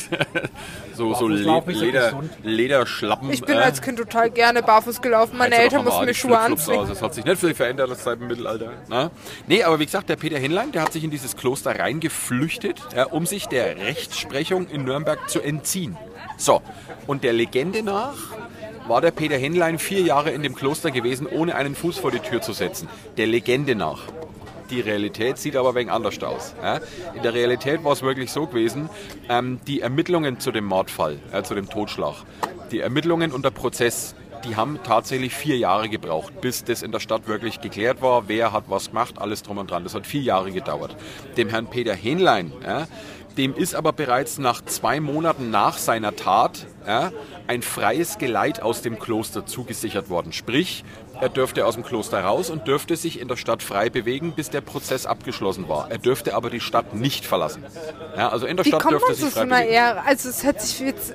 so. so Lederschlappen. Ich bin als Kind total gerne barfuß gelaufen. Meine Eltern mussten mir Schuhe anziehen. Das hat sich nicht viel verändert seit dem Mittelalter. Na? Nee, aber wie gesagt, der Peter Henlein, der hat sich in dieses Kloster reingeflüchtet, um sich der Rechtsprechung in Nürnberg zu entziehen. So, und der Legende nach war der Peter Henlein 4 Jahre in dem Kloster gewesen, ohne einen Fuß vor die Tür zu setzen. Der Legende nach. Die Realität sieht aber ein wenig anders aus. Ja? In der Realität war es wirklich so gewesen, die Ermittlungen zu dem Mordfall, zu dem Totschlag, die Ermittlungen und der Prozess, die haben tatsächlich 4 Jahre gebraucht, bis das in der Stadt wirklich geklärt war, wer hat was gemacht, alles drum und dran. Das hat 4 Jahre gedauert. Dem Herrn Peter Henlein, dem ist aber bereits nach 2 Monaten nach seiner Tat ein freies Geleit aus dem Kloster zugesichert worden. Sprich, er dürfte aus dem Kloster raus und dürfte sich in der Stadt frei bewegen, bis der Prozess abgeschlossen war. Er dürfte aber die Stadt nicht verlassen. Ja, also in der Stadt dürfte er sich frei bewegen. Also es hat sich jetzt...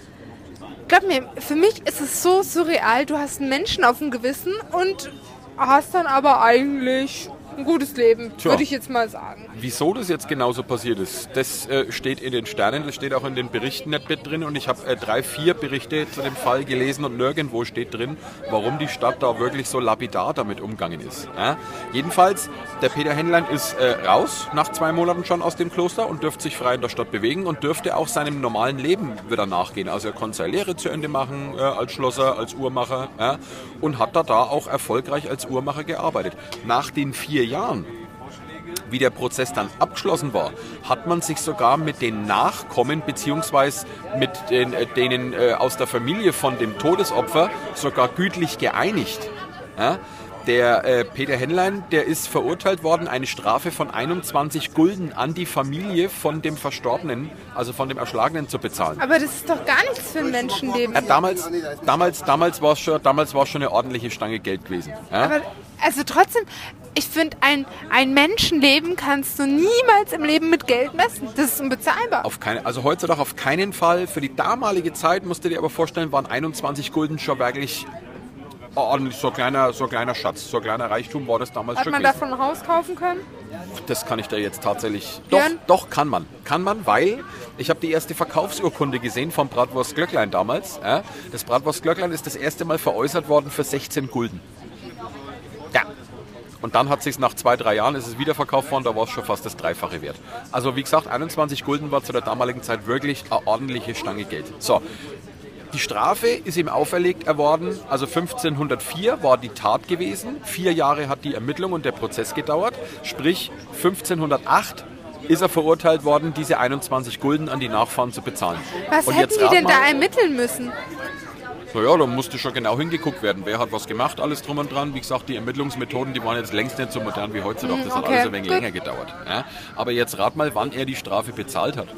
Glaub mir, für mich ist es so surreal. Du hast einen Menschen auf dem Gewissen und hast dann aber eigentlich ein gutes Leben, würde ich jetzt mal sagen. Wieso das jetzt genauso passiert ist, das steht in den Sternen, das steht auch in den Berichten nicht mit drin und ich habe 3, 4 Berichte zu dem Fall gelesen und nirgendwo steht drin, warum die Stadt da wirklich so lapidar damit umgegangen ist. Ja? Jedenfalls, der Peter Henlein ist raus, nach 2 Monaten schon aus dem Kloster und dürfte sich frei in der Stadt bewegen und dürfte auch seinem normalen Leben wieder nachgehen. Also er konnte seine Lehre zu Ende machen, als Schlosser, als Uhrmacher und hat da auch erfolgreich als Uhrmacher gearbeitet. Nach den 4 Jahren, wie der Prozess dann abgeschlossen war, hat man sich sogar mit den Nachkommen bzw. mit denen aus der Familie von dem Todesopfer sogar gütlich geeinigt. Ja? Der Peter Henlein, der ist verurteilt worden, eine Strafe von 21 Gulden an die Familie von dem Verstorbenen, also von dem Erschlagenen, zu bezahlen. Aber das ist doch gar nichts für ein Menschenleben. Damals war es schon eine ordentliche Stange Geld gewesen. Ja? Aber also trotzdem, ich finde, ein Menschenleben kannst du niemals im Leben mit Geld messen. Das ist unbezahlbar. Also heutzutage auf keinen Fall. Für die damalige Zeit, musst du dir aber vorstellen, waren 21 Gulden schon wirklich ordentlich, so ein kleiner Schatz, so ein kleiner Reichtum war das damals schon gewesen. Hat man davon ein Haus kaufen können? Das kann ich da jetzt tatsächlich... Björn? Doch, kann man. Kann man, weil ich habe die erste Verkaufsurkunde gesehen vom Bratwurst Glöcklein damals. Das Bratwurst Glöcklein ist das erste Mal veräußert worden für 16 Gulden. Ja. Und dann hat es sich nach 2, 3 Jahren, ist es wieder verkauft worden, da war es schon fast das Dreifache wert. Also wie gesagt, 21 Gulden war zu der damaligen Zeit wirklich eine ordentliche Stange Geld. So. Die Strafe ist ihm auferlegt worden, also 1504 war die Tat gewesen, 4 Jahre hat die Ermittlung und der Prozess gedauert, sprich 1508 ist er verurteilt worden, diese 21 Gulden an die Nachfahren zu bezahlen. Was und hätten jetzt die denn da ermitteln müssen? Naja, da musste schon genau hingeguckt werden, wer hat was gemacht, alles drum und dran. Wie gesagt, die Ermittlungsmethoden, die waren jetzt längst nicht so modern wie heutzutage, das hat alles ein wenig länger gedauert. Ja? Aber jetzt rat mal, wann er die Strafe bezahlt hat.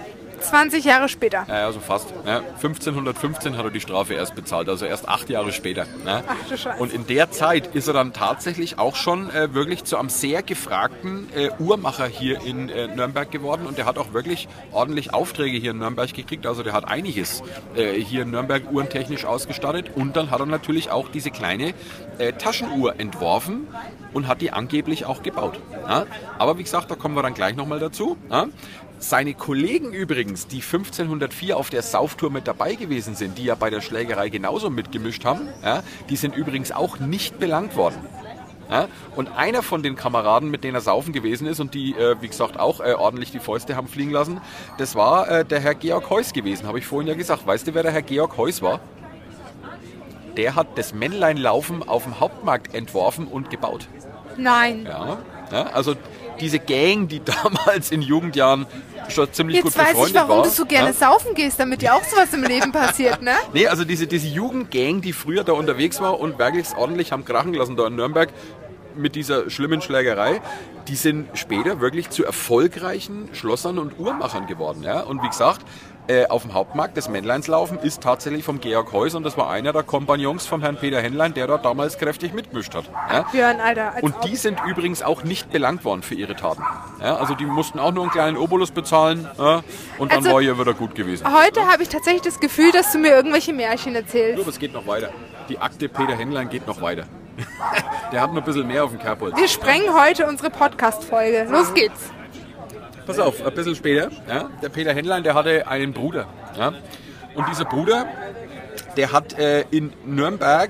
20 Jahre später. Ja, also fast. Ja, 1515 hat er die Strafe erst bezahlt, also erst 8 Jahre später. Ja. Ach du Scheiße. Und in der Zeit ist er dann tatsächlich auch schon wirklich zu einem sehr gefragten Uhrmacher hier in Nürnberg geworden und der hat auch wirklich ordentlich Aufträge hier in Nürnberg gekriegt. Also der hat einiges hier in Nürnberg uhrentechnisch ausgestattet und dann hat er natürlich auch diese kleine Taschenuhr entworfen und hat die angeblich auch gebaut. Ja. Aber wie gesagt, da kommen wir dann gleich nochmal dazu. Ja. Seine Kollegen übrigens, die 1504 auf der Sauftour mit dabei gewesen sind, die ja bei der Schlägerei genauso mitgemischt haben, ja, die sind übrigens auch nicht belangt worden. Ja, und einer von den Kameraden, mit denen er saufen gewesen ist und die, wie gesagt, auch ordentlich die Fäuste haben fliegen lassen, das war der Herr Georg Heuss gewesen, habe ich vorhin ja gesagt. Weißt du, wer der Herr Georg Heuss war? der hat das Männleinlaufen auf dem Hauptmarkt entworfen und gebaut. Nein. Ja, also diese Gang, die damals in Jugendjahren schon ziemlich gut Jetzt weiß ich, befreundet war. warum du so gerne saufen gehst, damit dir auch sowas im Leben passiert, ne? Nee, also diese Jugendgang, die früher da unterwegs war und wirklich ordentlich haben krachen lassen da in Nürnberg mit dieser schlimmen Schlägerei, die sind später wirklich zu erfolgreichen Schlossern und Uhrmachern geworden. Ja? Und wie gesagt, auf dem Hauptmarkt des Männleinslaufen ist tatsächlich vom Georg Heuss und das war einer der Kompagnons vom Herrn Peter Henlein, der dort damals kräftig mitgemischt hat. Ja? Björn, Alter. Und die sind übrigens auch nicht belangt worden für ihre Taten. Ja? Also die mussten auch nur einen kleinen Obolus bezahlen, ja? Und dann war ihr wieder gut gewesen. Heute habe ich tatsächlich das Gefühl, dass du mir irgendwelche Märchen erzählst. Aber es geht noch weiter. Die Akte Peter Henlein geht noch weiter. Der hat noch ein bisschen mehr auf dem Kerbholz. Wir sprengen heute unsere Podcast-Folge. Los geht's. Pass auf, ein bisschen später, ja, der Peter Henlein, der hatte einen Bruder. Ja, und dieser Bruder, der hat in Nürnberg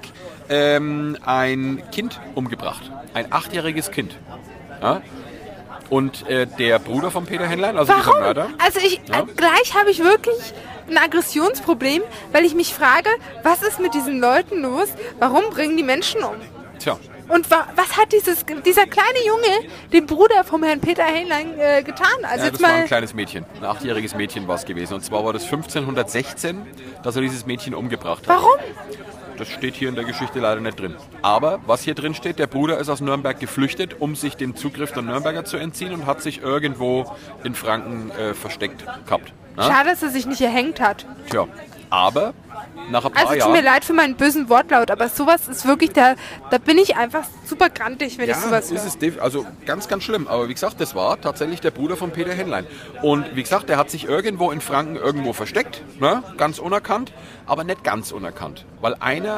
ein Kind umgebracht. Ein 8-jähriges Kind. Ja. Und der Bruder von Peter Henlein, also dieser Mörder. Also gleich habe ich wirklich ein Aggressionsproblem, weil ich mich frage, was ist mit diesen Leuten los? Warum bringen die Menschen um? Tja. Und was hat dieser kleine Junge dem Bruder vom Herrn Peter Henlein getan? Also ja, jetzt das war ein kleines Mädchen, ein 8-jähriges Mädchen war es gewesen. Und zwar war das 1516, dass er dieses Mädchen umgebracht hat. Warum? Das steht hier in der Geschichte leider nicht drin. Aber was hier drin steht, der Bruder ist aus Nürnberg geflüchtet, um sich dem Zugriff der Nürnberger zu entziehen und hat sich irgendwo in Franken versteckt gehabt. Na? Schade, dass er sich nicht erhängt hat. Tja, aber nach ein paar Also tut Jahren... mir leid für meinen bösen Wortlaut, aber sowas ist wirklich, da bin ich einfach super grantig, wenn ich sowas höre. Ist es also ganz, ganz schlimm. Aber wie gesagt, das war tatsächlich der Bruder von Peter Henlein. Und wie gesagt, der hat sich irgendwo in Franken irgendwo versteckt, ne? Ganz unerkannt, aber nicht ganz unerkannt. Weil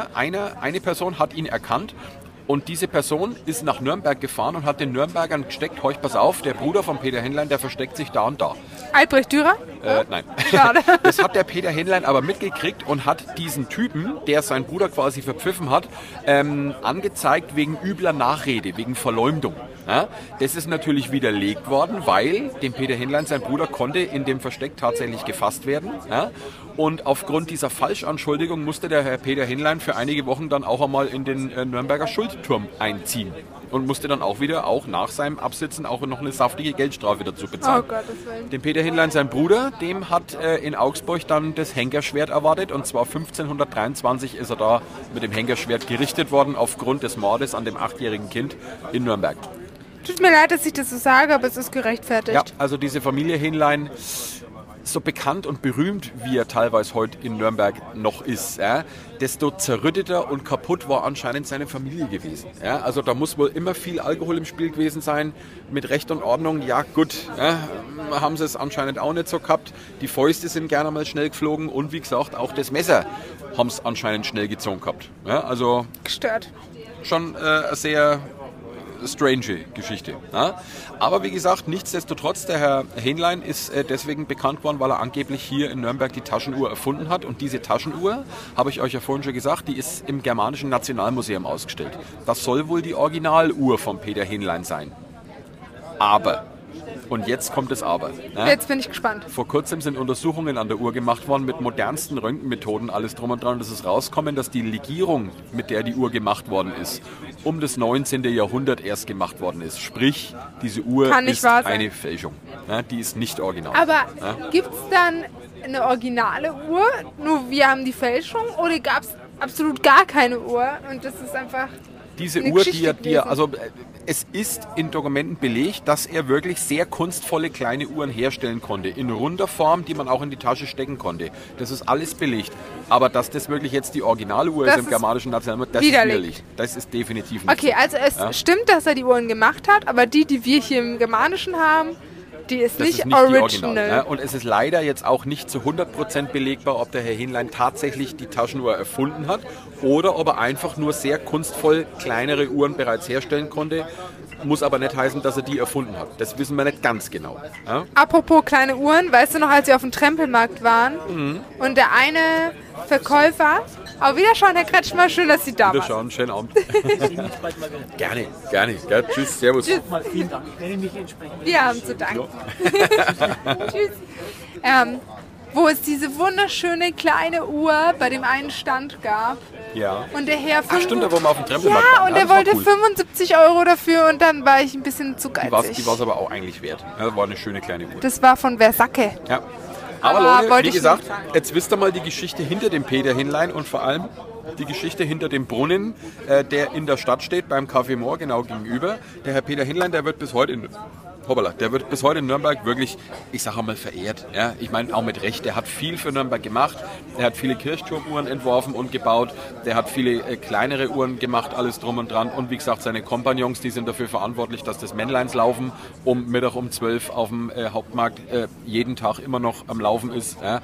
eine Person hat ihn erkannt. Und diese Person ist nach Nürnberg gefahren und hat den Nürnbergern gesteckt, horch, pass auf, der Bruder von Peter Henlein, der versteckt sich da und da. Albrecht Dürer? Nein. Schade. Das hat der Peter Henlein aber mitgekriegt und hat diesen Typen, der seinen Bruder quasi verpfiffen hat, angezeigt wegen übler Nachrede, wegen Verleumdung. Ja, das ist natürlich widerlegt worden, weil dem Peter Henlein, sein Bruder, konnte in dem Versteck tatsächlich gefasst werden. Ja, und aufgrund dieser Falschanschuldigung musste der Herr Peter Henlein für einige Wochen dann auch einmal in den Nürnberger Schuldturm einziehen. Und musste dann auch wieder, auch nach seinem Absitzen, auch noch eine saftige Geldstrafe dazu bezahlen. Oh Gottes Willen. Den Peter Henlein, sein Bruder, dem hat in Augsburg dann das Henkerschwert erwartet. Und zwar 1523 ist er da mit dem Henkerschwert gerichtet worden aufgrund des Mordes an dem 8-jährigen Kind in Nürnberg. Tut mir leid, dass ich das so sage, aber es ist gerechtfertigt. Ja, also diese Familie Henlein, so bekannt und berühmt wie er teilweise heute in Nürnberg noch ist, ja, desto zerrütteter und kaputt war anscheinend seine Familie gewesen. Ja, also da muss wohl immer viel Alkohol im Spiel gewesen sein, mit Recht und Ordnung. Ja gut, ja, haben sie es anscheinend auch nicht so gehabt. Die Fäuste sind gerne mal schnell geflogen und wie gesagt, auch das Messer haben es anscheinend schnell gezogen gehabt. Ja, also gestört. Schon eine sehr strange Geschichte. Ja? Aber wie gesagt, nichtsdestotrotz, der Herr Henlein ist deswegen bekannt worden, weil er angeblich hier in Nürnberg die Taschenuhr erfunden hat. Und diese Taschenuhr, habe ich euch ja vorhin schon gesagt, die ist im Germanischen Nationalmuseum ausgestellt. Das soll wohl die Originaluhr von Peter Henlein sein. Aber, und jetzt kommt das Aber. Ne? Jetzt bin ich gespannt. Vor kurzem sind Untersuchungen an der Uhr gemacht worden mit modernsten Röntgenmethoden, alles drum und dran. Und es ist rausgekommen, dass die Legierung, mit der die Uhr gemacht worden ist, um das 19. Jahrhundert erst gemacht worden ist. Sprich, diese Uhr ist eine Fälschung. Ja, die ist nicht original. Aber gibt es dann eine originale Uhr, nur wir haben die Fälschung? Oder gab es absolut gar keine Uhr und das ist einfach diese eine Uhr, Geschichte also es ist in Dokumenten belegt, dass er wirklich sehr kunstvolle kleine Uhren herstellen konnte. In runder Form, die man auch in die Tasche stecken konnte. Das ist alles belegt. Aber dass das wirklich jetzt die originale Uhr ist im germanischen Nationalmuseum, das ist widerlich. Das ist definitiv nicht. Okay, also es stimmt, dass er die Uhren gemacht hat, aber die wir hier im Germanischen haben, die ist nicht original. Ja? Und es ist leider jetzt auch nicht zu 100% belegbar, ob der Herr Henlein tatsächlich die Taschenuhr erfunden hat oder ob er einfach nur sehr kunstvoll kleinere Uhren bereits herstellen konnte. Muss aber nicht heißen, dass er die erfunden hat. Das wissen wir nicht ganz genau. Ja? Apropos kleine Uhren, weißt du noch, als wir auf dem Trempelmarkt waren und der eine Verkäufer, auf Wiederschauen, Herr Kretschmer, schön, dass Sie da waren. Wiederschauen, schönen Abend. Gerne. Gell? Tschüss, servus. Tschüss. Vielen Dank. Werde mich entsprechend. Wir haben zu danken. Ja. Tschüss. wo es diese wunderschöne kleine Uhr bei dem einen Stand gab. Ja. Und der Herr... Stimmt, da waren wir auf dem Trempelmarkt. Ja, und er wollte 75 € dafür und dann war ich ein bisschen zu geizig. Die war es aber auch eigentlich wert. Ja, war eine schöne kleine Uhr. Das war von Versacke. Ja. Aber wollte Leute, wie ich gesagt, nicht sagen. jetzt wisst ihr mal die Geschichte hinter dem Peter Hinlein und vor allem die Geschichte hinter dem Brunnen, der in der Stadt steht, beim Café Moor genau gegenüber. Der Herr Peter Hinlein, der wird bis heute in Nürnberg wirklich, ich sage mal, verehrt. Ja? Ich meine, auch mit Recht. Der hat viel für Nürnberg gemacht. Er hat viele Kirchturmuhren entworfen und gebaut. Der hat viele kleinere Uhren gemacht, alles drum und dran. Und wie gesagt, seine Kompagnons, die sind dafür verantwortlich, dass das Männleins laufen Mittag um 12 auf dem Hauptmarkt jeden Tag immer noch am Laufen ist. Ja?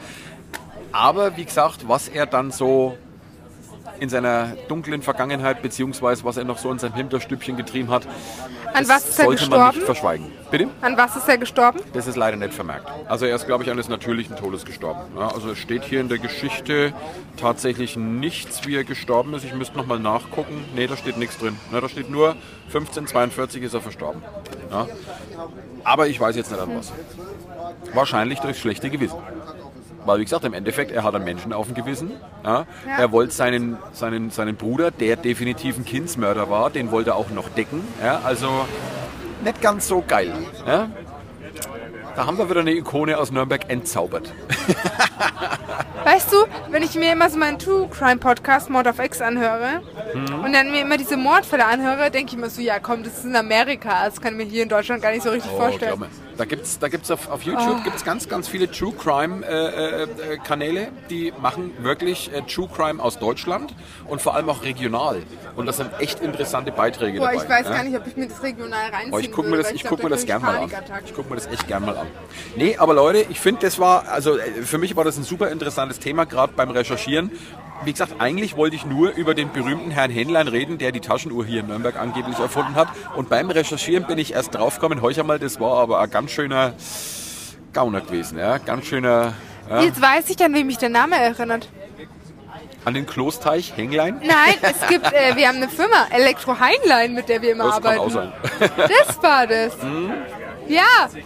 Aber wie gesagt, was er dann so in seiner dunklen Vergangenheit, beziehungsweise was er noch so in seinem Hinterstübchen getrieben hat, An was ist er sollte man gestorben? nicht verschweigen. Bitte? An was ist er gestorben? Das ist leider nicht vermerkt. Also er ist, glaube ich, eines natürlichen Todes gestorben. Ja, also es steht hier in der Geschichte tatsächlich nichts, wie er gestorben ist. Ich müsste nochmal nachgucken. Nee, da steht nichts drin. Ja, da steht nur 1542 ist er verstorben. Ja. Aber ich weiß jetzt nicht an was. Wahrscheinlich durch schlechte Gewissen. Weil, wie gesagt, im Endeffekt, er hat einen Menschen auf dem Gewissen. Ja. Er wollte seinen Bruder, der definitiv ein Kindsmörder war, den wollte er auch noch decken. Ja. Also nicht ganz so geil. Ja. Da haben wir wieder eine Ikone aus Nürnberg entzaubert. Weißt du, wenn ich mir immer so meinen True Crime Podcast Mord of X anhöre und dann mir immer diese Mordfälle anhöre, denke ich mir so, ja komm, das ist in Amerika, das kann ich mir hier in Deutschland gar nicht so richtig vorstellen. Glaub mir. Da gibt's auf YouTube gibt's ganz viele True Crime Kanäle, die machen wirklich True Crime aus Deutschland und vor allem auch regional. Und das sind echt interessante Beiträge dabei. Ich weiß gar nicht, ob ich mir das regional reinziehen ich gucke mir würde, das, weil ich guck mir das gern mal an. Panikattacken. Ich gucke mir das echt gern mal an. Nee, aber Leute, ich finde, für mich war das ein super interessantes Thema, gerade beim Recherchieren. Wie gesagt, eigentlich wollte ich nur über den berühmten Herrn Henlein reden, der die Taschenuhr hier in Nürnberg angeblich erfunden hat. Und beim Recherchieren bin ich erst draufgekommen, heuch einmal, das war aber ein ganz schöner Gauner gewesen. Ja? Ganz schöner... Ja? Jetzt weiß ich, an wem mich der Name erinnert. An den Klosteich Henglein? Nein, es gibt, wir haben eine Firma, Elektro Heinlein, mit der wir immer arbeiten. Das kann auch sein. Das war das. Ja.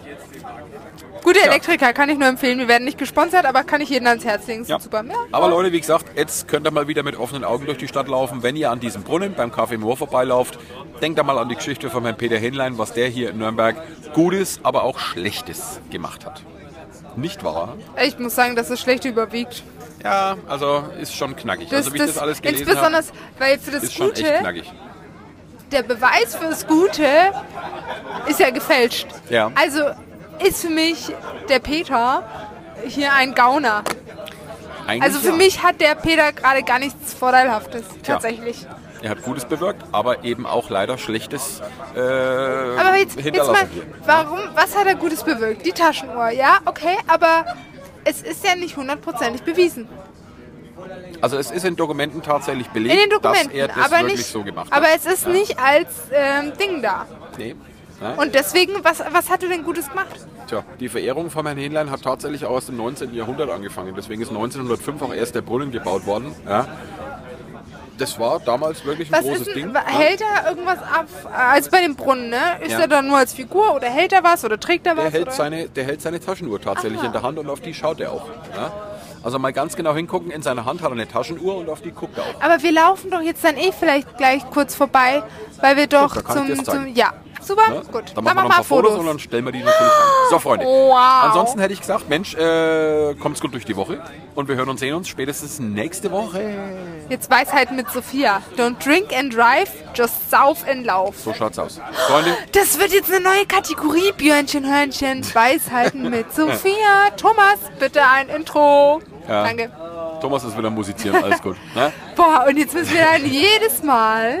Gute Elektriker, kann ich nur empfehlen. Wir werden nicht gesponsert, aber kann ich jedem ans Herz legen. Ja. Super. Ja. Aber Leute, wie gesagt, jetzt könnt ihr mal wieder mit offenen Augen durch die Stadt laufen. Wenn ihr an diesem Brunnen beim Café Moor vorbeilauft, denkt da mal an die Geschichte von Herrn Peter Henlein, was der hier in Nürnberg Gutes, aber auch Schlechtes gemacht hat. Nicht wahr? Ich muss sagen, dass das Schlechte überwiegt. Ja, also ist schon knackig. Also wie ich das alles gelesen insbesonders, weil für das ist schon Gute, echt knackig. der Beweis für das Gute ist ja gefälscht. Ja. Also ist für mich der Peter hier ein Gauner. Eigentlich Also für mich hat der Peter gerade gar nichts Vorteilhaftes, tatsächlich. Er hat Gutes bewirkt, aber eben auch leider Schlechtes Aber jetzt mal, was hat er Gutes bewirkt? Die Taschenuhr, ja, okay, aber es ist ja nicht 100%ig bewiesen. Also es ist in Dokumenten tatsächlich belegt, In den Dokumenten, dass er das aber wirklich nicht, so gemacht hat. aber es ist nicht als Ding da. Nee. Ja. Und deswegen, was hat er denn Gutes gemacht? Tja, die Verehrung von Herrn Henlein hat tatsächlich auch aus dem 19. Jahrhundert angefangen. Deswegen ist 1905 auch erst der Brunnen gebaut worden. Ja. Das war damals wirklich ein großes Ding. Hält er irgendwas ab? Also bei dem Brunnen, ne? Ist er da nur als Figur oder hält er was oder trägt er was? Der hält seine Taschenuhr tatsächlich in der Hand und auf die schaut er auch. Ja. Also mal ganz genau hingucken, in seiner Hand hat er eine Taschenuhr und auf die guckt er auch. Aber wir laufen doch jetzt dann vielleicht gleich kurz vorbei, weil wir doch ja. Super, ja, gut. Dann machen wir noch ein paar Fotos und dann stellen wir die natürlich an. So, Freunde. Wow. Ansonsten hätte ich gesagt, Mensch, kommt's gut durch die Woche. Und wir hören und sehen uns spätestens nächste Woche. Jetzt Weisheiten mit Sophia. Don't drink and drive, just sauf and lauf. So schaut's aus. Freunde. Das wird jetzt eine neue Kategorie, Björnchen, Hörnchen. Weisheiten mit Sophia. Thomas, bitte ein Intro. Ja. Danke. Thomas ist wieder musizieren, alles gut. Ne? Boah, und jetzt müssen wir dann jedes Mal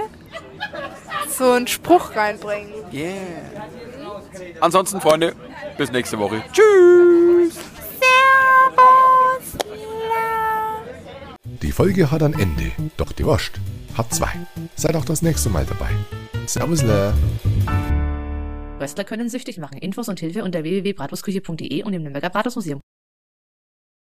so einen Spruch reinbringen. Yeah. Ansonsten, Freunde, bis nächste Woche. Tschüss. Servus. Die Folge hat ein Ende, doch die Wurst hat zwei. Seid auch das nächste Mal dabei. Servus. Röstler können süchtig machen. Infos und Hilfe unter www.bratwurstküche.de und im Nürnberger Bratwurstmuseum.